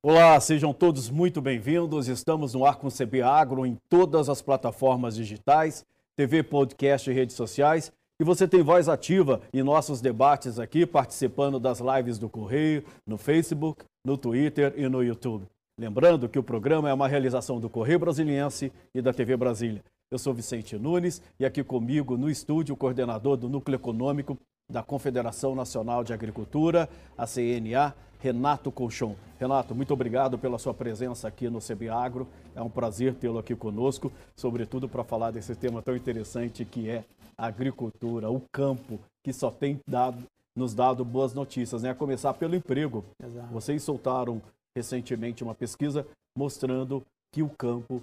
Olá, sejam todos muito bem-vindos. Estamos no ar com o CB Agro em todas as plataformas digitais, TV, podcast e redes sociais. E você tem voz ativa em nossos debates aqui, participando das lives do Correio, no Facebook, no Twitter e no YouTube. Lembrando que o programa é uma realização do Correio Brasiliense e da TV Brasília. Eu sou Vicente Nunes e aqui comigo no estúdio o coordenador do Núcleo Econômico da Confederação Nacional de Agricultura, a CNA, Renato Colchon. Renato, muito obrigado pela sua presença aqui no CB Agro. É um prazer tê-lo aqui conosco, sobretudo para falar desse tema tão interessante que é a agricultura, o campo, que só tem nos dado boas notícias, né? A começar pelo emprego. Exato. Vocês soltaram recentemente uma pesquisa mostrando que o campo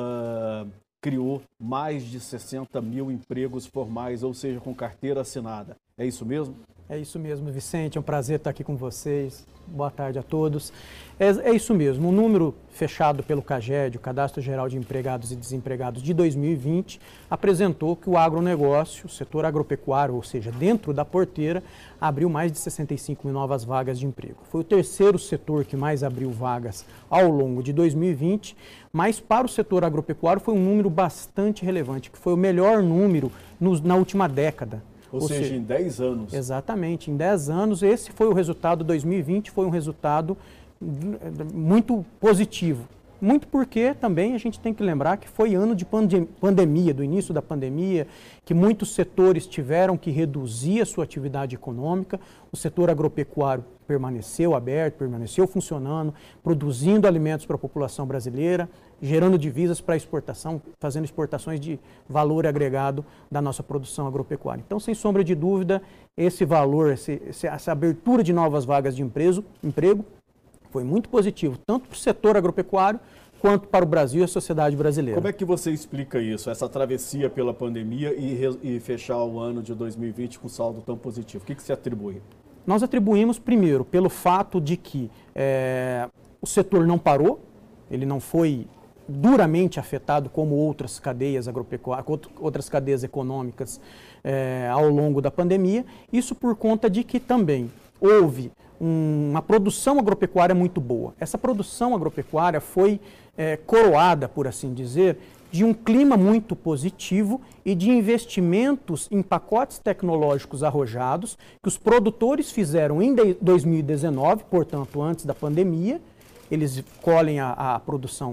criou mais de 60 mil empregos formais, ou seja, com carteira assinada. É isso mesmo? É isso mesmo, Vicente. É um prazer estar aqui com vocês. Boa tarde a todos. É isso mesmo. O número fechado pelo CAGED, o Cadastro Geral de Empregados e Desempregados de 2020, apresentou que o agronegócio, o setor agropecuário, ou seja, dentro da porteira, abriu mais de 65 mil novas vagas de emprego. Foi o terceiro setor que mais abriu vagas ao longo de 2020, mas para o setor agropecuário foi um número bastante relevante, que foi o melhor número na última década. Ou seja, em 10 anos. Exatamente, em 10 anos, esse foi o resultado. 2020 foi um resultado muito positivo. Muito porque também a gente tem que lembrar que foi ano de pandemia, do início da pandemia, que muitos setores tiveram que reduzir a sua atividade econômica. O setor agropecuário permaneceu aberto, permaneceu funcionando, produzindo alimentos para a população brasileira, gerando divisas para exportação, fazendo exportações de valor agregado da nossa produção agropecuária. Então, sem sombra de dúvida, esse valor, essa abertura de novas vagas de emprego foi muito positivo, tanto para o setor agropecuário quanto para o Brasil e a sociedade brasileira. Como é que você explica isso, essa travessia pela pandemia e fechar o ano de 2020 com saldo tão positivo? O que se atribui? Nós atribuímos, primeiro, pelo fato de que o setor não parou, ele não foi duramente afetado como outras cadeias agropecuárias, outras cadeias econômicas ao longo da pandemia. Isso por conta de que também houve uma produção agropecuária muito boa. Essa produção agropecuária foi coroada, por assim dizer, de um clima muito positivo e de investimentos em pacotes tecnológicos arrojados que os produtores fizeram em 2019, portanto, antes da pandemia. Eles colhem a produção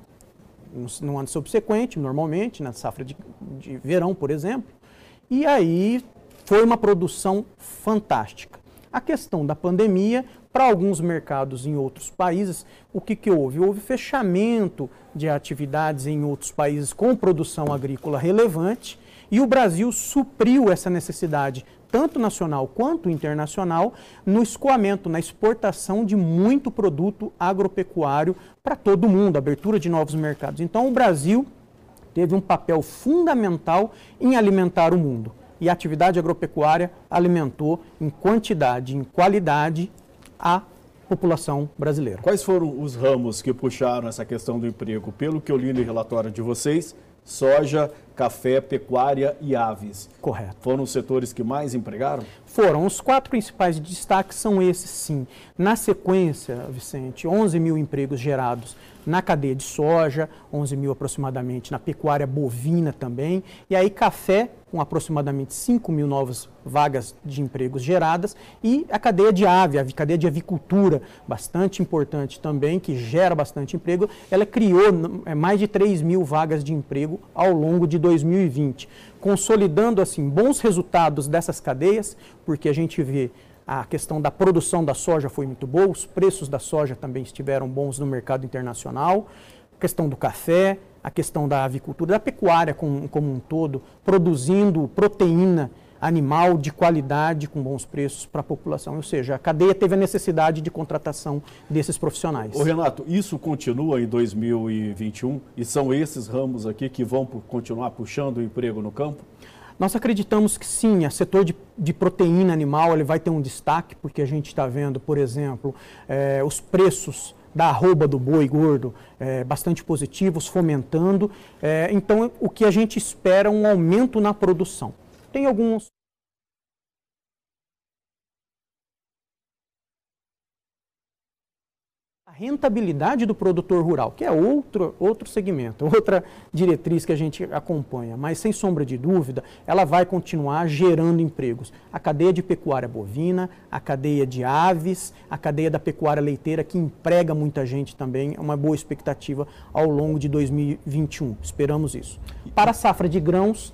no ano subsequente, normalmente, na safra de verão, por exemplo, e aí foi uma produção fantástica. A questão da pandemia, para alguns mercados em outros países, o que houve? Houve fechamento de atividades em outros países com produção agrícola relevante e o Brasil supriu essa necessidade, tanto nacional quanto internacional, no escoamento, na exportação de muito produto agropecuário para todo mundo, abertura de novos mercados. Então, o Brasil teve um papel fundamental em alimentar o mundo. E a atividade agropecuária alimentou em quantidade, em qualidade, a população brasileira. Quais foram os ramos que puxaram essa questão do emprego? Pelo que eu li no relatório de vocês, soja, café, pecuária e aves. Correto. Foram os setores que mais empregaram? Foram. Os 4 principais destaques são esses, sim. Na sequência, Vicente, 11 mil empregos gerados na cadeia de soja, 11 mil aproximadamente na pecuária bovina também, e aí café, com aproximadamente 5 mil novas vagas de empregos geradas, e a cadeia de ave, a cadeia de avicultura, bastante importante também, que gera bastante emprego, ela criou mais de 3 mil vagas de emprego ao longo de 2020, consolidando assim bons resultados dessas cadeias, porque a gente vê a questão da produção da soja foi muito boa, os preços da soja também estiveram bons no mercado internacional, a questão do café, a questão da avicultura, da pecuária como um todo, produzindo proteína animal de qualidade com bons preços para a população. Ou seja, a cadeia teve a necessidade de contratação desses profissionais. Ô Renato, isso continua em 2021 e são esses ramos aqui que vão continuar puxando o emprego no campo? Nós acreditamos que sim, o setor de proteína animal ele vai ter um destaque, porque a gente está vendo, por exemplo, os preços da arroba do boi gordo bastante positivos, fomentando. Então, o que a gente espera é um aumento na produção. Tem alguns... rentabilidade do produtor rural, que é outro segmento, outra diretriz que a gente acompanha, mas sem sombra de dúvida, ela vai continuar gerando empregos. A cadeia de pecuária bovina, a cadeia de aves, a cadeia da pecuária leiteira, que emprega muita gente também, é uma boa expectativa ao longo de 2021. Esperamos isso. Para a safra de grãos,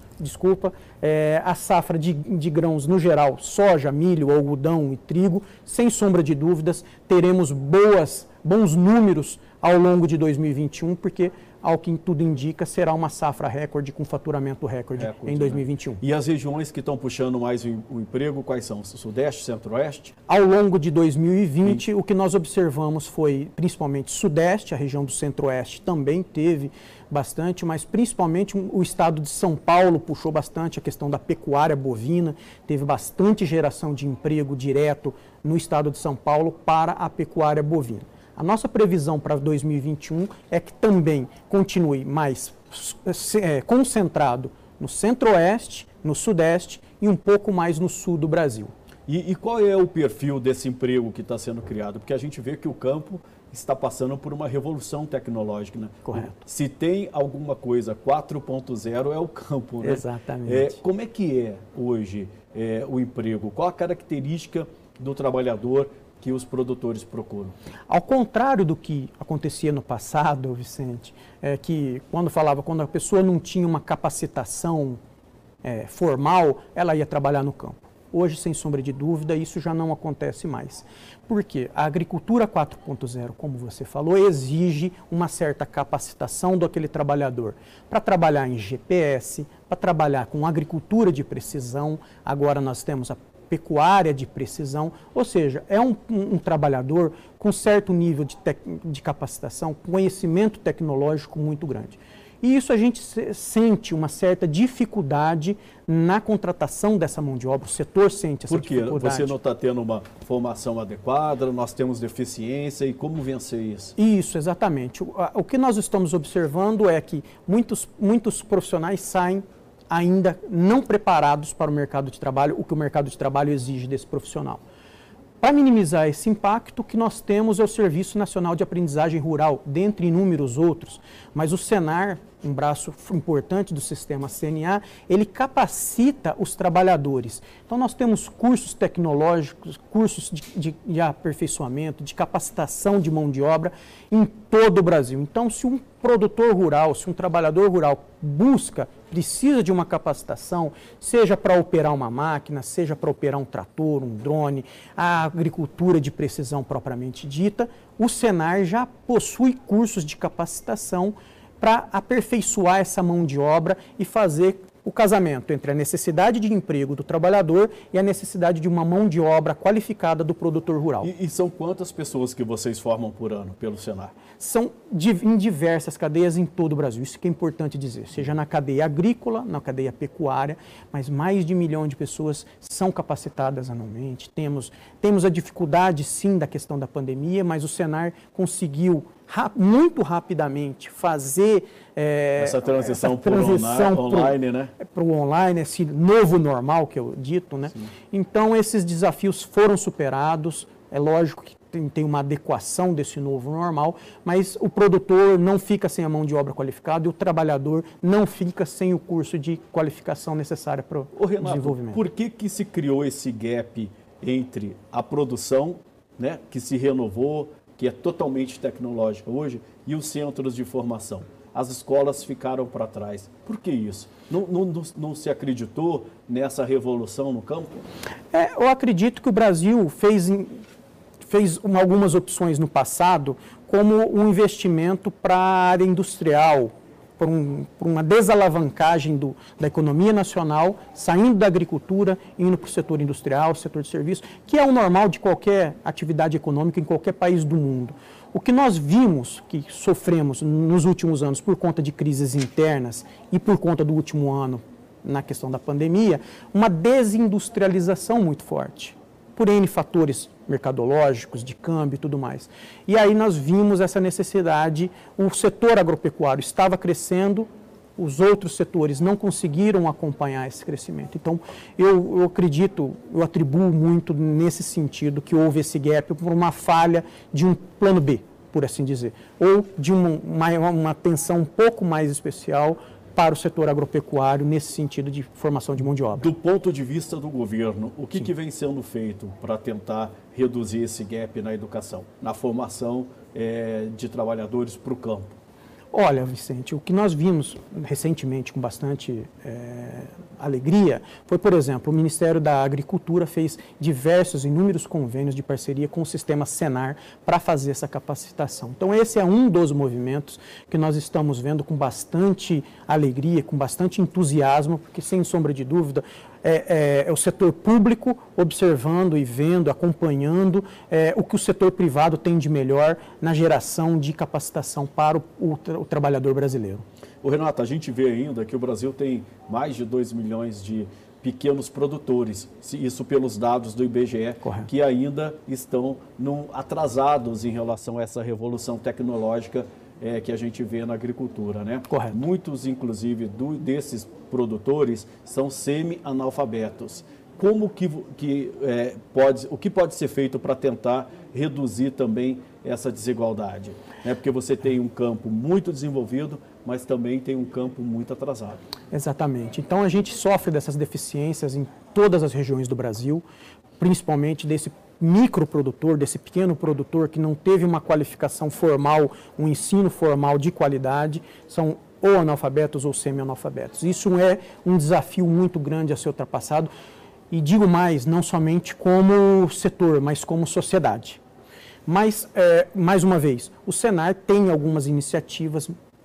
a safra de grãos no geral, soja, milho, algodão e trigo, sem sombra de dúvidas, teremos bons números ao longo de 2021, porque, ao que tudo indica, será uma safra recorde com faturamento recorde em 2021. Né? E as regiões que estão puxando mais o emprego, quais são? Sudeste, Centro-Oeste? Ao longo de 2020, o que nós observamos foi principalmente Sudeste, a região do Centro-Oeste também teve bastante, mas principalmente o estado de São Paulo puxou bastante a questão da pecuária bovina, teve bastante geração de emprego direto no estado de São Paulo para a pecuária bovina. A nossa previsão para 2021 é que também continue mais concentrado no Centro-Oeste, no Sudeste e um pouco mais no Sul do Brasil. E qual é o perfil desse emprego que está sendo criado? Porque a gente vê que o campo está passando por uma revolução tecnológica, né? Correto. Se tem alguma coisa 4.0 é o campo, né? Exatamente. Como é que é hoje o emprego? Qual a característica do trabalhador que os produtores procuram? Ao contrário do que acontecia no passado, Vicente, que quando a pessoa não tinha uma capacitação formal, ela ia trabalhar no campo. Hoje, sem sombra de dúvida, isso já não acontece mais. Por quê? A agricultura 4.0, como você falou, exige uma certa capacitação daquele trabalhador para trabalhar em GPS, para trabalhar com agricultura de precisão. Agora nós temos a pecuária de precisão, ou seja, é um trabalhador com certo nível de capacitação, conhecimento tecnológico muito grande. E isso a gente sente uma certa dificuldade na contratação dessa mão de obra, o setor sente essa dificuldade. Por quê? Você não está tendo uma formação adequada, nós temos deficiência, e como vencer isso? Isso, exatamente. O que nós estamos observando é que muitos profissionais saem ainda não preparados para o mercado de trabalho, o que o mercado de trabalho exige desse profissional. Para minimizar esse impacto, o que nós temos é o Serviço Nacional de Aprendizagem Rural, dentre inúmeros outros, mas o Senar, um braço importante do sistema CNA, ele capacita os trabalhadores. Então nós temos cursos tecnológicos, cursos de aperfeiçoamento, de capacitação de mão de obra em todo o Brasil. Então se um produtor rural, se um trabalhador rural precisa de uma capacitação, seja para operar uma máquina, seja para operar um trator, um drone, a agricultura de precisão propriamente dita, o Senar já possui cursos de capacitação para aperfeiçoar essa mão de obra e fazer o casamento entre a necessidade de emprego do trabalhador e a necessidade de uma mão de obra qualificada do produtor rural. E são quantas pessoas que vocês formam por ano pelo Senar? São em diversas cadeias em todo o Brasil, isso que é importante dizer, seja na cadeia agrícola, na cadeia pecuária, mas mais de 1 milhão de pessoas são capacitadas anualmente. Temos a dificuldade, sim, da questão da pandemia, mas o Senar conseguiu muito rapidamente fazer essa transição para o online, né? Para o online, esse novo normal que eu dito, né? Sim. Então esses desafios foram superados, é lógico que tem uma adequação desse novo normal, mas o produtor não fica sem a mão de obra qualificada e o trabalhador não fica sem o curso de qualificação necessária para o desenvolvimento. Por que se criou esse gap entre a produção, né, que se renovou, que é totalmente tecnológica hoje, e os centros de formação? As escolas ficaram para trás. Por que isso? Não se acreditou nessa revolução no campo? Eu acredito que o Brasil fez algumas opções no passado, como um investimento para a área industrial, por uma desalavancagem da economia nacional, saindo da agricultura, indo para o setor industrial, setor de serviço, que é o normal de qualquer atividade econômica em qualquer país do mundo. O que nós vimos, que sofremos nos últimos anos por conta de crises internas e por conta do último ano na questão da pandemia, uma desindustrialização muito forte, por N fatores mercadológicos, de câmbio e tudo mais. E aí nós vimos essa necessidade, o setor agropecuário estava crescendo, os outros setores não conseguiram acompanhar esse crescimento. Então, eu acredito, eu atribuo muito nesse sentido que houve esse gap por uma falha de um plano B. por assim dizer, ou de uma atenção um pouco mais especial para o setor agropecuário nesse sentido de formação de mão de obra. Do ponto de vista do governo, o que vem sendo feito para tentar reduzir esse gap na educação, na formação de trabalhadores para o campo? Olha, Vicente, o que nós vimos recentemente com bastante alegria foi, por exemplo, o Ministério da Agricultura fez inúmeros convênios de parceria com o sistema Senar para fazer essa capacitação. Então, esse é um dos movimentos que nós estamos vendo com bastante alegria, com bastante entusiasmo, porque, sem sombra de dúvida, é o setor público observando e vendo, acompanhando o que o setor privado tem de melhor na geração de capacitação para o trabalhador brasileiro. Renato, a gente vê ainda que o Brasil tem mais de 2 milhões de pequenos produtores, isso pelos dados do IBGE, correto, que ainda estão atrasados em relação a essa revolução tecnológica que a gente vê na agricultura, né? Correto. Muitos, inclusive, desses produtores são semi-analfabetos. O que pode ser feito para tentar reduzir também essa desigualdade? Porque você tem um campo muito desenvolvido, mas também tem um campo muito atrasado. Exatamente. Então, a gente sofre dessas deficiências em todas as regiões do Brasil, principalmente desse microprodutor, desse pequeno produtor que não teve uma qualificação formal, um ensino formal de qualidade, são ou analfabetos ou semi-analfabetos. Isso é um desafio muito grande a ser ultrapassado, e digo mais, não somente como setor, mas como sociedade. Mas, mais uma vez, o Senar tem algumas iniciativas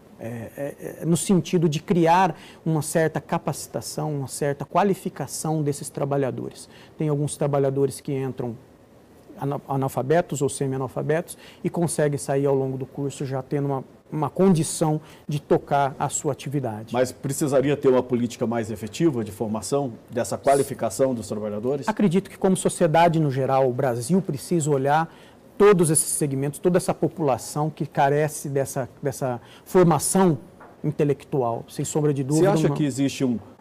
no sentido de criar uma certa capacitação, uma certa qualificação desses trabalhadores. Tem alguns trabalhadores que entram analfabetos ou semi-analfabetos e conseguem sair ao longo do curso já tendo uma condição de tocar a sua atividade. Mas precisaria ter uma política mais efetiva de formação, dessa qualificação dos trabalhadores? Acredito que, como sociedade no geral, o Brasil precisa olhar todos esses segmentos, toda essa população que carece dessa formação intelectual, sem sombra de dúvida. Você acha que existe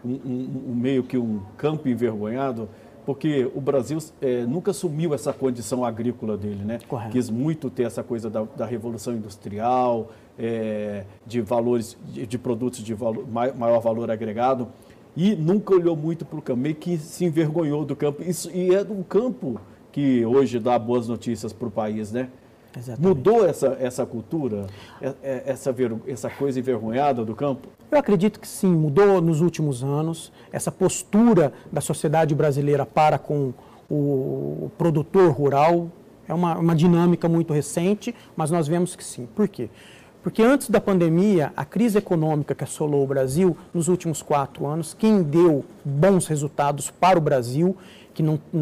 meio que um campo envergonhado? Porque o Brasil nunca assumiu essa condição agrícola dele, né? Correto. Quis muito ter essa coisa da revolução industrial, de valores, de produtos de maior valor agregado, e nunca olhou muito para o campo, meio que se envergonhou do campo. E é do campo que hoje dá boas notícias para o país, né? Exatamente. Mudou essa cultura, essa coisa envergonhada do campo? Eu acredito que sim, mudou nos últimos anos. Essa postura da sociedade brasileira para com o produtor rural é uma dinâmica muito recente, mas nós vemos que sim. Por quê? Porque antes da pandemia, a crise econômica que assolou o Brasil, nos últimos 4 anos, quem deu bons resultados para o Brasil, que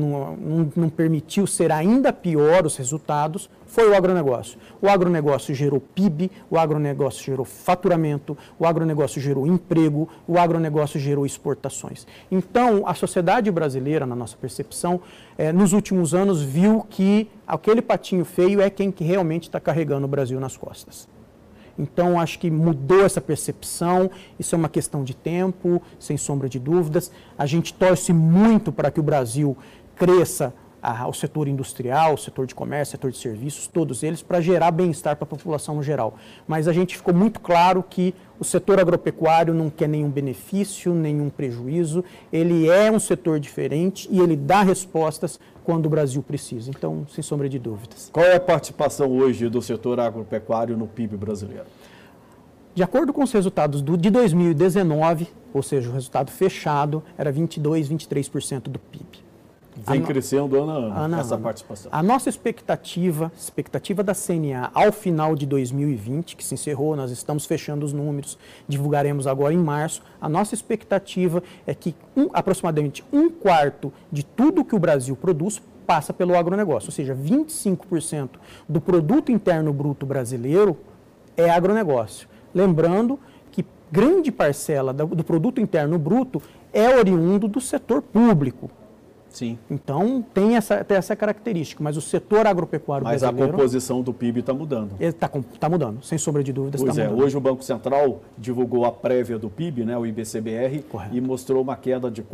não permitiu ser ainda pior os resultados, foi o agronegócio. O agronegócio gerou PIB, o agronegócio gerou faturamento, o agronegócio gerou emprego, o agronegócio gerou exportações. Então, a sociedade brasileira, na nossa percepção, nos últimos anos viu que aquele patinho feio é quem que realmente está carregando o Brasil nas costas. Então, acho que mudou essa percepção, isso é uma questão de tempo, sem sombra de dúvidas. A gente torce muito para que o Brasil cresça o setor industrial, o setor de comércio, o setor de serviços, todos eles, para gerar bem-estar para a população no geral. Mas a gente ficou muito claro que o setor agropecuário não quer nenhum benefício, nenhum prejuízo, ele é um setor diferente e ele dá respostas quando o Brasil precisa. Então, sem sombra de dúvidas. Qual é a participação hoje do setor agropecuário no PIB brasileiro? De acordo com os resultados de 2019, ou seja, o resultado fechado, era 22%, 23% do PIB. Vem crescendo ano a ano essa participação. A nossa expectativa da CNA ao final de 2020, que se encerrou, nós estamos fechando os números, divulgaremos agora em março, a nossa expectativa é que aproximadamente 1/4 de tudo que o Brasil produz passa pelo agronegócio, ou seja, 25% do produto interno bruto brasileiro é agronegócio. Lembrando que grande parcela do produto interno bruto é oriundo do setor público. Sim. Então, tem essa característica, mas o setor agropecuário brasileiro... Mas a composição do PIB está mudando. Está mudando, sem sombra de dúvidas está mudando. Hoje o Banco Central divulgou a prévia do PIB, né, o IBCBR, correto, e mostrou uma queda de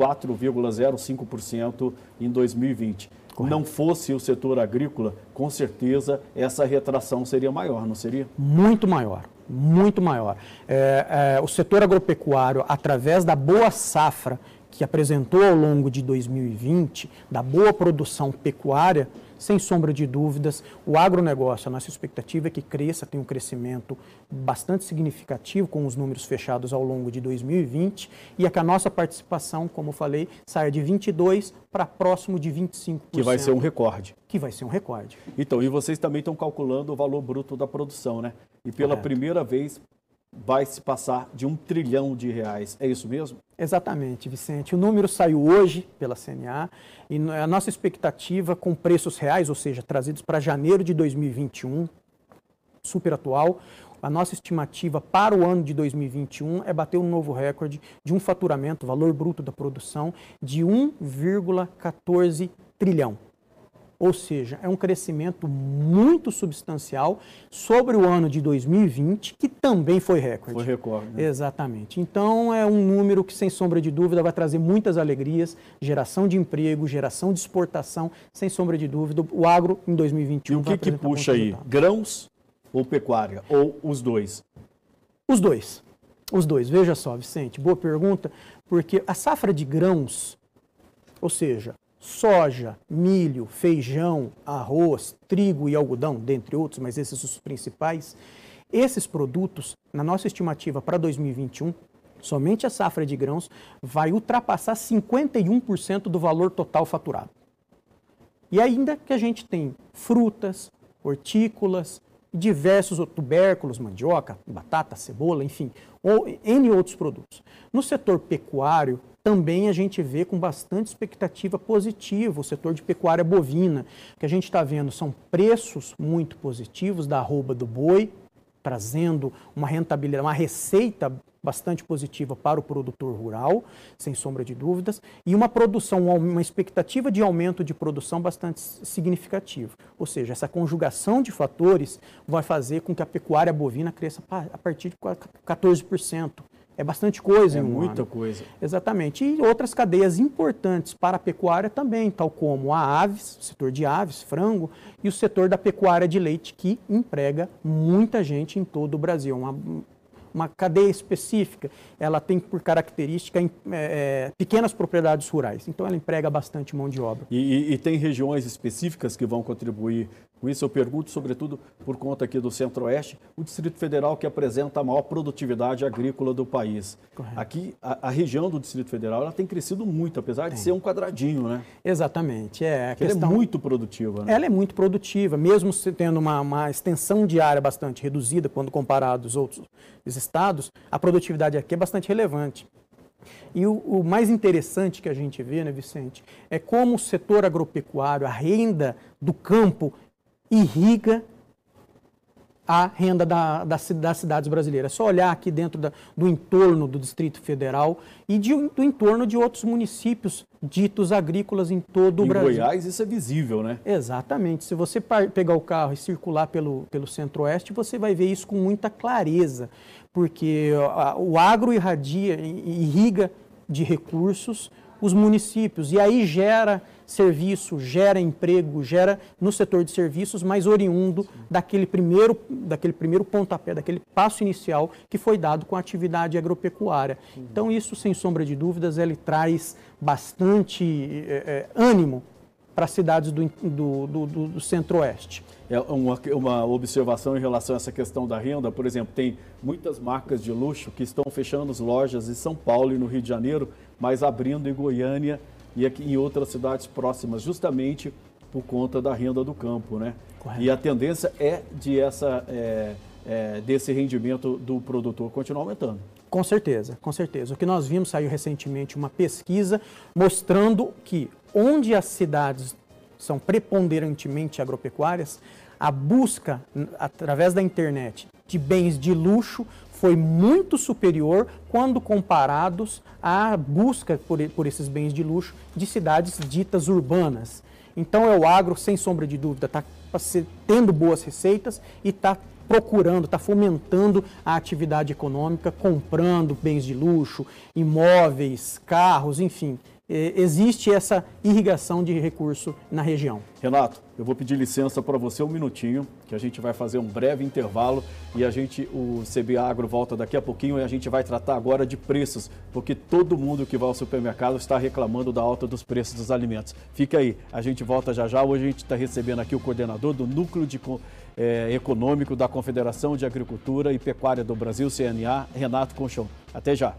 4,05% em 2020. Correto. Não fosse o setor agrícola, com certeza essa retração seria maior, não seria? Muito maior. Muito maior. O setor agropecuário, através da boa safra que apresentou ao longo de 2020, da boa produção pecuária, sem sombra de dúvidas, o agronegócio, a nossa expectativa é que cresça, tem um crescimento bastante significativo com os números fechados ao longo de 2020 e é que a nossa participação, como eu falei, saia de 22% para próximo de 25%. Que vai ser um recorde. Que vai ser um recorde. Então, e vocês também estão calculando o valor bruto da produção, né? E pela primeira vez vai se passar de R$1 trilhão. É isso mesmo? Exatamente, Vicente. O número saiu hoje pela CNA e a nossa expectativa com preços reais, ou seja, trazidos para janeiro de 2021, super atual, a nossa estimativa para o ano de 2021 é bater um novo recorde de um faturamento, valor bruto da produção, de 1,14 trilhão. Ou seja, é um crescimento muito substancial sobre o ano de 2020, que também foi recorde. Foi recorde, né? Exatamente. Então, é um número que, sem sombra de dúvida, vai trazer muitas alegrias, geração de emprego, geração de exportação, sem sombra de dúvida. O agro, em 2021, e o que puxa aí? Grãos ou pecuária? Ou os dois? Os dois. Os dois. Veja só, Vicente, boa pergunta, porque a safra de grãos, ou seja, soja, milho, feijão, arroz, trigo e algodão, dentre outros, mas esses são os principais. Esses produtos, na nossa estimativa para 2021, somente a safra de grãos vai ultrapassar 51% do valor total faturado. E ainda que a gente tem frutas, hortícolas, diversos tubérculos, mandioca, batata, cebola, enfim, ou N outros produtos. No setor pecuário, também a gente vê com bastante expectativa positiva o setor de pecuária bovina. O que a gente está vendo são preços muito positivos da arroba do boi, trazendo uma rentabilidade, uma receita bastante positiva para o produtor rural, sem sombra de dúvidas, e uma produção, uma expectativa de aumento de produção bastante significativa. Ou seja, essa conjugação de fatores vai fazer com que a pecuária bovina cresça a partir de 14%. É bastante coisa em um ano. É muita coisa. Exatamente. E outras cadeias importantes para a pecuária também, tal como a aves, o setor de aves, frango, e o setor da pecuária de leite, que emprega muita gente em todo o Brasil. Uma cadeia específica, ela tem por característica pequenas propriedades rurais, então ela emprega bastante mão de obra. E tem regiões específicas que vão contribuir com isso? Eu pergunto, sobretudo, por conta aqui do Centro-Oeste, o Distrito Federal que apresenta a maior produtividade agrícola do país. Correto. Aqui, a região do Distrito Federal, ela tem crescido muito, apesar de ser um quadradinho, né? Exatamente. Ela é muito produtiva, né? Ela é muito produtiva, mesmo tendo uma extensão de área bastante reduzida quando comparado aos outros estados, a produtividade aqui é bastante relevante. E o mais interessante que a gente vê, né, Vicente, é como o setor agropecuário, a renda do campo, irriga a renda das cidades brasileiras. É só olhar aqui dentro do entorno do Distrito Federal e do entorno de outros municípios ditos agrícolas em todo o Brasil. Em Goiás isso é visível, né? Exatamente. Se você pegar o carro e circular pelo Centro-Oeste, você vai ver isso com muita clareza, porque o agro irriga de recursos os municípios e aí gera serviço, gera emprego, gera no setor de serviços mais oriundo daquele primeiro pontapé, daquele passo inicial que foi dado com a atividade agropecuária. Então isso, sem sombra de dúvidas, ele traz bastante ânimo para as cidades do Centro-Oeste. É uma observação em relação a essa questão da renda, por exemplo, tem muitas marcas de luxo que estão fechando as lojas em São Paulo e no Rio de Janeiro, mas abrindo em Goiânia e aqui em outras cidades próximas, justamente por conta da renda do campo, né? Correto. E a tendência é desse rendimento do produtor continuar aumentando. Com certeza, com certeza. O que nós vimos, saiu recentemente uma pesquisa mostrando que onde as cidades são preponderantemente agropecuárias, a busca através da internet de bens de luxo foi muito superior quando comparados à busca por esses bens de luxo de cidades ditas urbanas. Então, o agro, sem sombra de dúvida, está tendo boas receitas e está procurando, está fomentando a atividade econômica, comprando bens de luxo, imóveis, carros, enfim. Existe essa irrigação de recurso na região. Renato, eu vou pedir licença para você um minutinho, que a gente vai fazer um breve intervalo e o CB Agro volta daqui a pouquinho e a gente vai tratar agora de preços, porque todo mundo que vai ao supermercado está reclamando da alta dos preços dos alimentos. Fica aí, a gente volta já já. Hoje a gente está recebendo aqui o coordenador do Núcleo Econômico da Confederação de Agricultura e Pecuária do Brasil, CNA, Renato Cochon. Até já.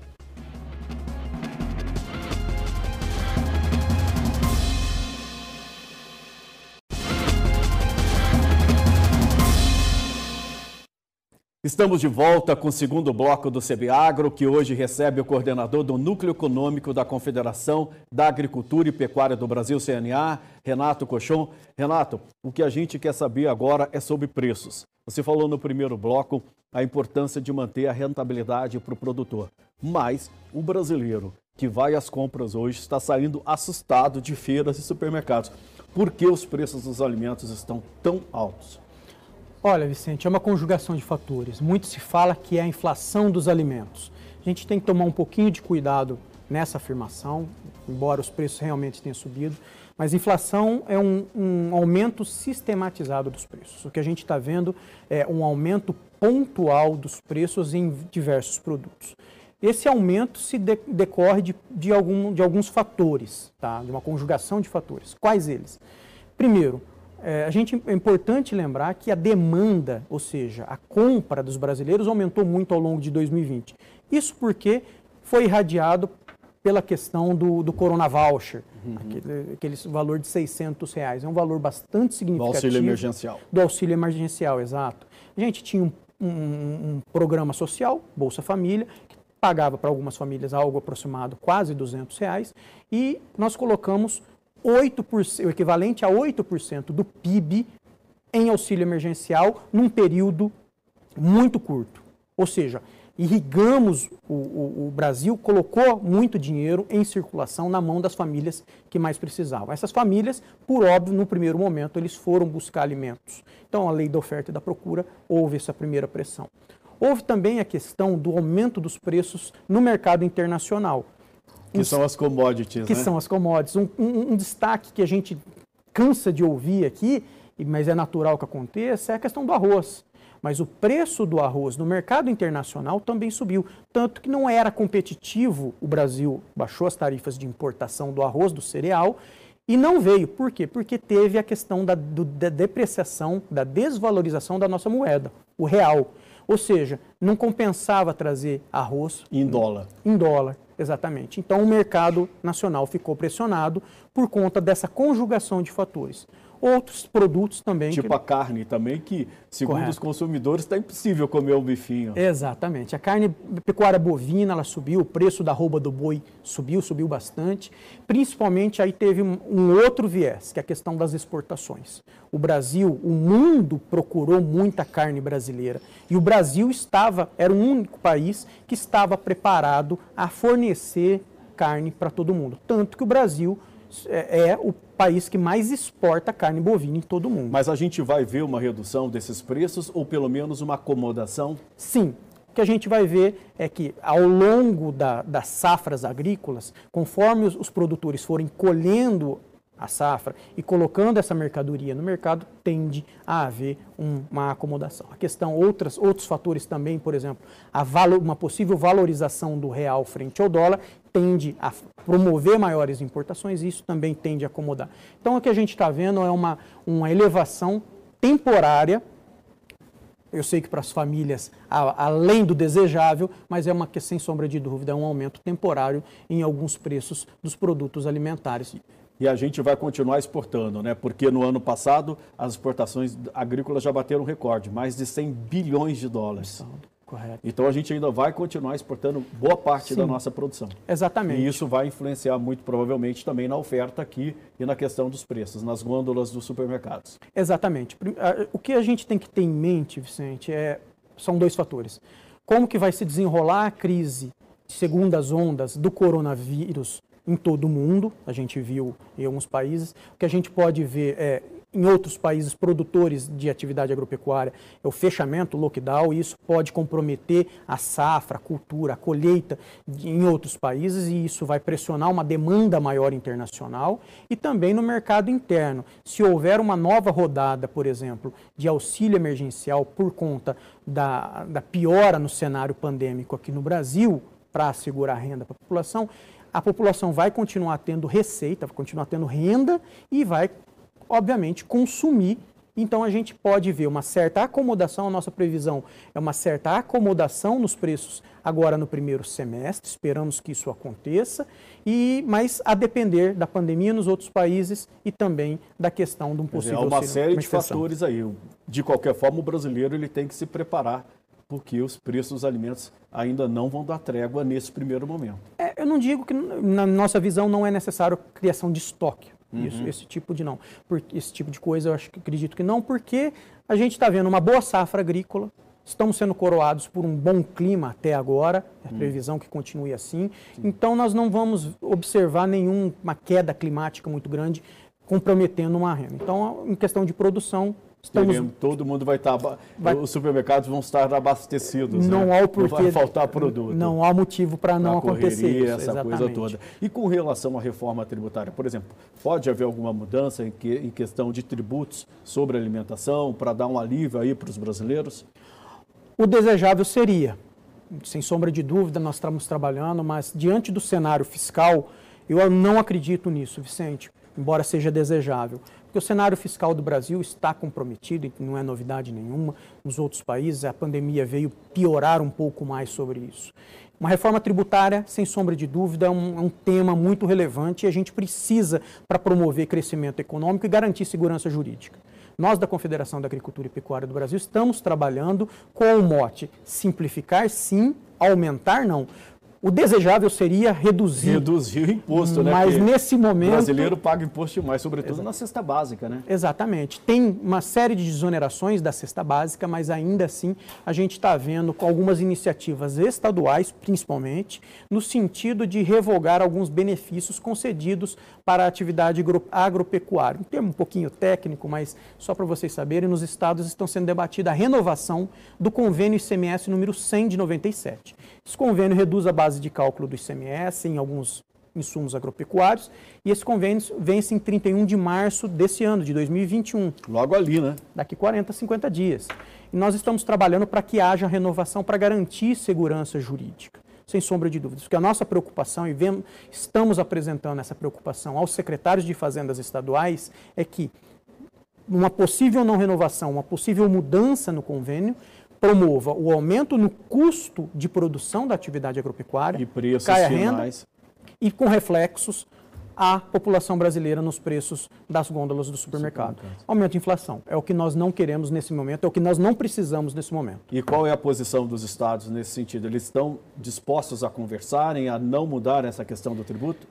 Estamos de volta com o segundo bloco do CB Agro, que hoje recebe o coordenador do Núcleo Econômico da Confederação da Agricultura e Pecuária do Brasil, CNA, Renato Cochon. Renato, o que a gente quer saber agora é sobre preços. Você falou no primeiro bloco a importância de manter a rentabilidade para o produtor, mas o brasileiro que vai às compras hoje está saindo assustado de feiras e supermercados. Por que os preços dos alimentos estão tão altos? Olha, Vicente, é uma conjugação de fatores. Muito se fala que é a inflação dos alimentos. A gente tem que tomar um pouquinho de cuidado nessa afirmação, embora os preços realmente tenham subido, mas inflação é um aumento sistematizado dos preços. O que a gente está vendo é um aumento pontual dos preços em diversos produtos. Esse aumento se decorre de alguns fatores, tá? De uma conjugação de fatores. Quais eles? Primeiro, é importante lembrar que a demanda, ou seja, a compra dos brasileiros aumentou muito ao longo de 2020. Isso porque foi irradiado pela questão do Corona Voucher, aquele valor de R$600. É um valor bastante significativo. Do auxílio emergencial. Do auxílio emergencial, exato. A gente tinha um programa social, Bolsa Família, que pagava para algumas famílias algo aproximado, quase R$200, e nós colocamos 8%, o equivalente a 8% do PIB em auxílio emergencial num período muito curto. Ou seja, irrigamos o Brasil, colocou muito dinheiro em circulação na mão das famílias que mais precisavam. Essas famílias, por óbvio, no primeiro momento, eles foram buscar alimentos. Então, a lei da oferta e da procura, houve essa primeira pressão. Houve também a questão do aumento dos preços no mercado internacional. Que são as commodities, que são as commodities. Um destaque que a gente cansa de ouvir aqui, mas é natural que aconteça, é a questão do arroz. Mas o preço do arroz no mercado internacional também subiu, tanto que não era competitivo. O Brasil baixou as tarifas de importação do arroz, do cereal, e não veio. Por quê? Porque teve a questão da depreciação, da desvalorização da nossa moeda, o real. Ou seja, não compensava trazer arroz em dólar. Em dólar. Exatamente. Então, o mercado nacional ficou pressionado por conta dessa conjugação de fatores. Outros produtos também... Tipo a carne também, que, segundo os consumidores, está impossível comer o bifinho. Exatamente. A carne pecuária bovina, ela subiu, o preço da arroba do boi subiu bastante. Principalmente, aí teve um outro viés, que é a questão das exportações. O Brasil, o mundo procurou muita carne brasileira. E o Brasil era o único país que estava preparado a fornecer carne para todo mundo. Tanto que o Brasil é o país que mais exporta carne bovina em todo o mundo. Mas a gente vai ver uma redução desses preços ou pelo menos uma acomodação? Sim. O que a gente vai ver é que ao longo das safras agrícolas, conforme os produtores forem colhendo a safra e colocando essa mercadoria no mercado, tende a haver uma acomodação. A questão, outros fatores também, por exemplo, uma possível valorização do real frente ao dólar, tende a promover maiores importações e isso também tende a acomodar. Então, o que a gente está vendo é uma elevação temporária. Eu sei que para as famílias, além do desejável, mas é que, sem sombra de dúvida, é um aumento temporário em alguns preços dos produtos alimentares. E a gente vai continuar exportando, né? Porque no ano passado as exportações agrícolas já bateram recorde, mais de 100 bilhões de dólares. Correto. Então a gente ainda vai continuar exportando boa parte da nossa produção. Exatamente. E isso vai influenciar muito provavelmente também na oferta aqui e na questão dos preços, nas gôndolas dos supermercados. Exatamente. O que a gente tem que ter em mente, Vicente, são dois fatores. como que vai se desenrolar a crise de segundas ondas do coronavírus em todo o mundo. A gente viu em alguns países. O que a gente pode ver em outros países produtores de atividade agropecuária é o fechamento, o lockdown, e isso pode comprometer a safra, a cultura, a colheita em outros países, e isso vai pressionar uma demanda maior internacional e também no mercado interno. Se houver uma nova rodada, por exemplo, de auxílio emergencial por conta da piora no cenário pandêmico aqui no Brasil, para assegurar a renda para a população vai continuar tendo receita, vai continuar tendo renda e vai, obviamente, consumir. Então, a gente pode ver uma certa acomodação, a nossa previsão é uma certa acomodação nos preços agora no primeiro semestre, esperamos que isso aconteça, mas a depender da pandemia nos outros países e também da questão de um possível auxílio. Há uma série de fatores aí. De qualquer forma, o brasileiro ele tem que se preparar, porque os preços dos alimentos ainda não vão dar trégua nesse primeiro momento. Eu não digo que, na nossa visão, não é necessário criação de estoque. Esse tipo de coisa eu acredito que não, porque a gente está vendo uma boa safra agrícola, estamos sendo coroados por um bom clima até agora, a previsão que continue assim. Sim. Então nós não vamos observar nenhuma queda climática muito grande comprometendo uma renda. Então, em questão de produção, todo mundo vai estar, os supermercados vão estar abastecidos, não, né? há o porquê, não vai faltar produto. Não há motivo para não acontecer isso. Essa exatamente. Coisa toda. E com relação à reforma tributária, por exemplo, pode haver alguma mudança em questão de tributos sobre a alimentação para dar um alívio aí para os brasileiros? O desejável seria, sem sombra de dúvida, nós estamos trabalhando, mas diante do cenário fiscal, eu não acredito nisso, Vicente, embora seja desejável. Porque o cenário fiscal do Brasil está comprometido, e não é novidade nenhuma. Nos outros países, a pandemia veio piorar um pouco mais sobre isso. Uma reforma tributária, sem sombra de dúvida, é um tema muito relevante e a gente precisa para promover crescimento econômico e garantir segurança jurídica. Nós, da Confederação da Agricultura e Pecuária do Brasil, estamos trabalhando com o mote simplificar, sim, aumentar, não. O desejável seria reduzir. Reduzir o imposto, né? Mas nesse momento... O brasileiro paga imposto demais, sobretudo na cesta básica, né? Exatamente. Tem uma série de desonerações da cesta básica, mas ainda assim a gente está vendo com algumas iniciativas estaduais, principalmente, no sentido de revogar alguns benefícios concedidos para a atividade agropecuária. Um termo um pouquinho técnico, mas só para vocês saberem, nos estados estão sendo debatida a renovação do convênio ICMS número 100 de 97. Esse convênio reduz a base de cálculo do ICMS em alguns insumos agropecuários e esse convênio vence em 31 de março desse ano, de 2021. Logo ali, né? Daqui 40, 50 dias. E nós estamos trabalhando para que haja renovação para garantir segurança jurídica, sem sombra de dúvidas. Porque a nossa preocupação, e estamos apresentando essa preocupação aos secretários de fazendas estaduais, é que uma possível não renovação, uma possível mudança no convênio, promova o aumento no custo de produção da atividade agropecuária, e preços cai a finais, renda e com reflexos à população brasileira nos preços das gôndolas do supermercado. Aumento de inflação. É o que nós não queremos nesse momento, é o que nós não precisamos nesse momento. E qual é a posição dos estados nesse sentido? Eles estão dispostos a conversarem, a não mudar essa questão do tributo?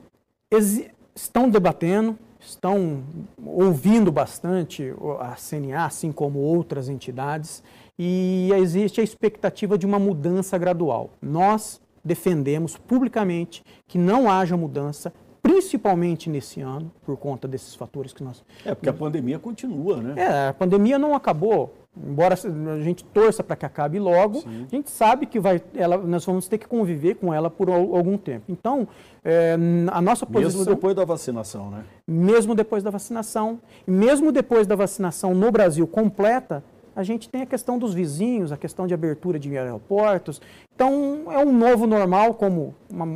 Estão debatendo, estão ouvindo bastante a CNA, assim como outras entidades, e existe a expectativa de uma mudança gradual. Nós defendemos publicamente que não haja mudança, principalmente nesse ano, por conta desses fatores que nós... Porque a pandemia continua, né? A pandemia não acabou. Embora a gente torça para que acabe logo, sim, a gente sabe que nós vamos ter que conviver com ela por algum tempo. Então, a nossa posição... Mesmo depois da vacinação, né? Mesmo depois da vacinação. E mesmo depois da vacinação no Brasil completa, a gente tem a questão dos vizinhos, a questão de abertura de aeroportos. Então, é um novo normal, como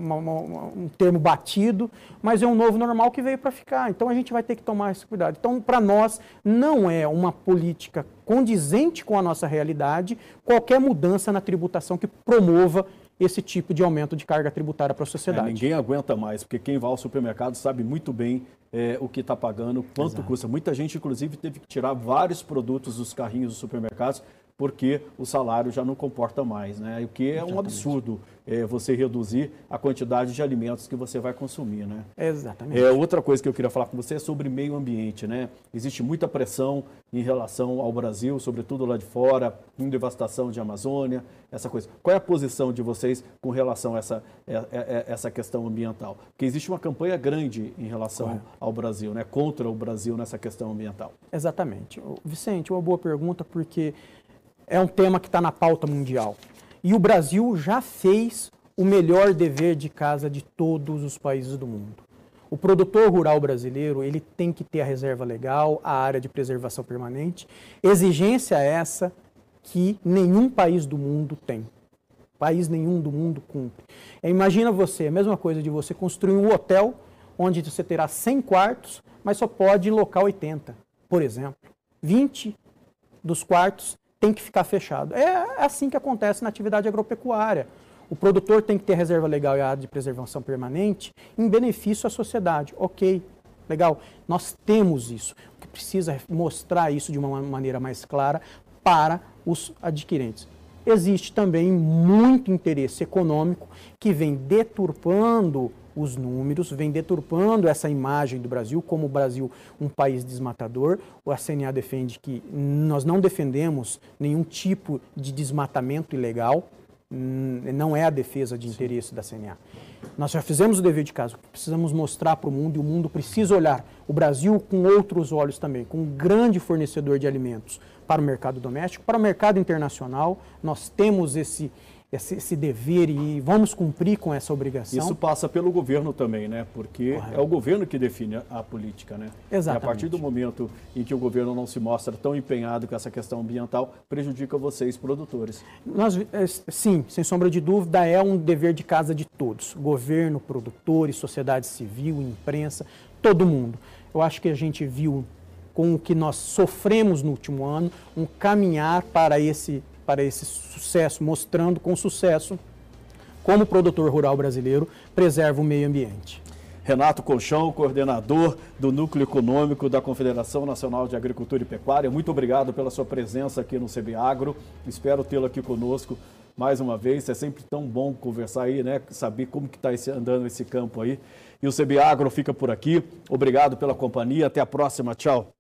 um termo batido, mas é um novo normal que veio para ficar. Então, a gente vai ter que tomar esse cuidado. Então, para nós, não é uma política condizente com a nossa realidade qualquer mudança na tributação que promova esse tipo de aumento de carga tributária para a sociedade. Ninguém aguenta mais, porque quem vai ao supermercado sabe muito bem o que está pagando, quanto custa. Muita gente, inclusive, teve que tirar vários produtos dos carrinhos dos supermercados porque o salário já não comporta mais, né? O que é um absurdo você reduzir a quantidade de alimentos que você vai consumir, né? Exatamente. Outra coisa que eu queria falar com você é sobre meio ambiente, né? Existe muita pressão em relação ao Brasil, sobretudo lá de fora, com devastação de Amazônia, essa coisa. Qual é a posição de vocês com relação a essa questão ambiental? Porque existe uma campanha grande em relação ao Brasil, né? Contra o Brasil nessa questão ambiental. Exatamente. Vicente, uma boa pergunta, porque é um tema que está na pauta mundial. E o Brasil já fez o melhor dever de casa de todos os países do mundo. O produtor rural brasileiro, ele tem que ter a reserva legal, a área de preservação permanente. Exigência essa que nenhum país do mundo tem. País nenhum do mundo cumpre. Imagina você, a mesma coisa de você construir um hotel onde você terá 100 quartos, mas só pode locar 80, por exemplo. 20 dos quartos tem que ficar fechado. É assim que acontece na atividade agropecuária. O produtor tem que ter reserva legal e a área de preservação permanente em benefício à sociedade. Ok, legal. Nós temos isso. O que precisa é mostrar isso de uma maneira mais clara para os adquirentes. Existe também muito interesse econômico que vem deturpando os números, vem deturpando essa imagem do Brasil como o Brasil um país desmatador. O CNA defende que nós não defendemos nenhum tipo de desmatamento ilegal, não é a defesa de interesse da CNA. Nós já fizemos o dever de casa, precisamos mostrar para o mundo, e o mundo precisa olhar o Brasil com outros olhos também, com um grande fornecedor de alimentos para o mercado doméstico, para o mercado internacional. Nós temos esse dever e vamos cumprir com essa obrigação. Isso passa pelo governo também, né? Porque é o governo que define a política, né? Exatamente. E a partir do momento em que o governo não se mostra tão empenhado com essa questão ambiental, prejudica vocês, produtores. Sim, sem sombra de dúvida, é um dever de casa de todos. Governo, produtores, sociedade civil, imprensa, todo mundo. Eu acho que a gente viu, com o que nós sofremos no último ano, um caminhar para esse sucesso, mostrando com sucesso como o produtor rural brasileiro preserva o meio ambiente. Renato Colchão, coordenador do Núcleo Econômico da Confederação Nacional de Agricultura e Pecuária, muito obrigado pela sua presença aqui no CBAgro. Espero tê-lo aqui conosco mais uma vez. É sempre tão bom conversar aí, né? Saber como que está andando esse campo aí. E o CBAgro fica por aqui. Obrigado pela companhia. Até a próxima. Tchau.